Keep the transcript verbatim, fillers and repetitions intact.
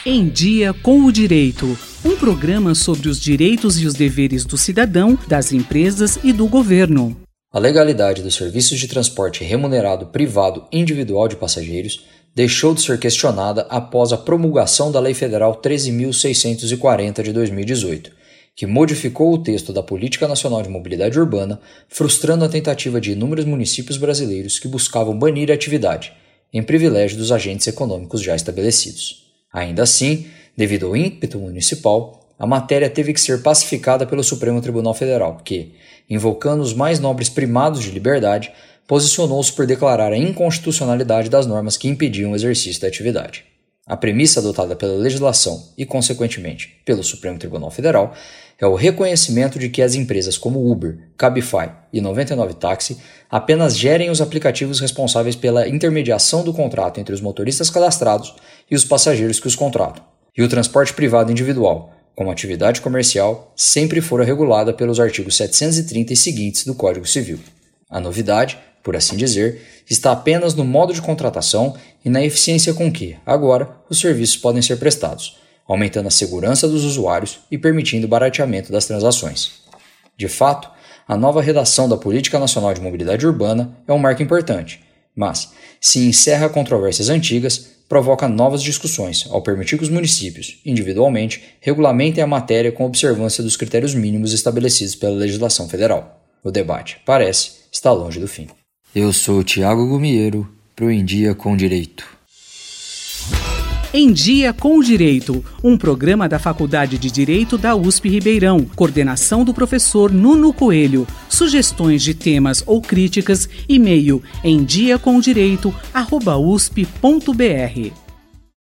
Em Dia com o Direito, um programa sobre os direitos e os deveres do cidadão, das empresas e do governo. A legalidade dos serviços de transporte remunerado privado individual de passageiros deixou de ser questionada após a promulgação da Lei Federal treze mil seiscentos e quarenta de dois mil e dezoito, que modificou o texto da Política Nacional de Mobilidade Urbana, frustrando a tentativa de inúmeros municípios brasileiros que buscavam banir a atividade, em privilégio dos agentes econômicos já estabelecidos. Ainda assim, devido ao ímpeto municipal, a matéria teve que ser pacificada pelo Supremo Tribunal Federal, que, invocando os mais nobres primados de liberdade, posicionou-se por declarar a inconstitucionalidade das normas que impediam o exercício da atividade. A premissa adotada pela legislação e, consequentemente, pelo Supremo Tribunal Federal é o reconhecimento de que as empresas como Uber, Cabify e noventa e nove Táxi apenas gerem os aplicativos responsáveis pela intermediação do contrato entre os motoristas cadastrados e os passageiros que os contratam. E o transporte privado individual, como atividade comercial, sempre fora regulada pelos artigos setecentos e trinta e seguintes do Código Civil. A novidade, por assim dizer, está apenas no modo de contratação e na eficiência com que, agora, os serviços podem ser prestados, aumentando a segurança dos usuários e permitindo o barateamento das transações. De fato, a nova redação da Política Nacional de Mobilidade Urbana é um marco importante, mas, se encerra controvérsias antigas, provoca novas discussões ao permitir que os municípios, individualmente, regulamentem a matéria com observância dos critérios mínimos estabelecidos pela legislação federal. O debate, parece, está longe do fim. Eu sou o Tiago Gumiero, pro Em Dia com Direito. Em Dia com o Direito, um programa da Faculdade de Direito da U S P Ribeirão, coordenação do professor Nuno Coelho. Sugestões de temas ou críticas, e-mail em dia com direito arroba usp ponto br.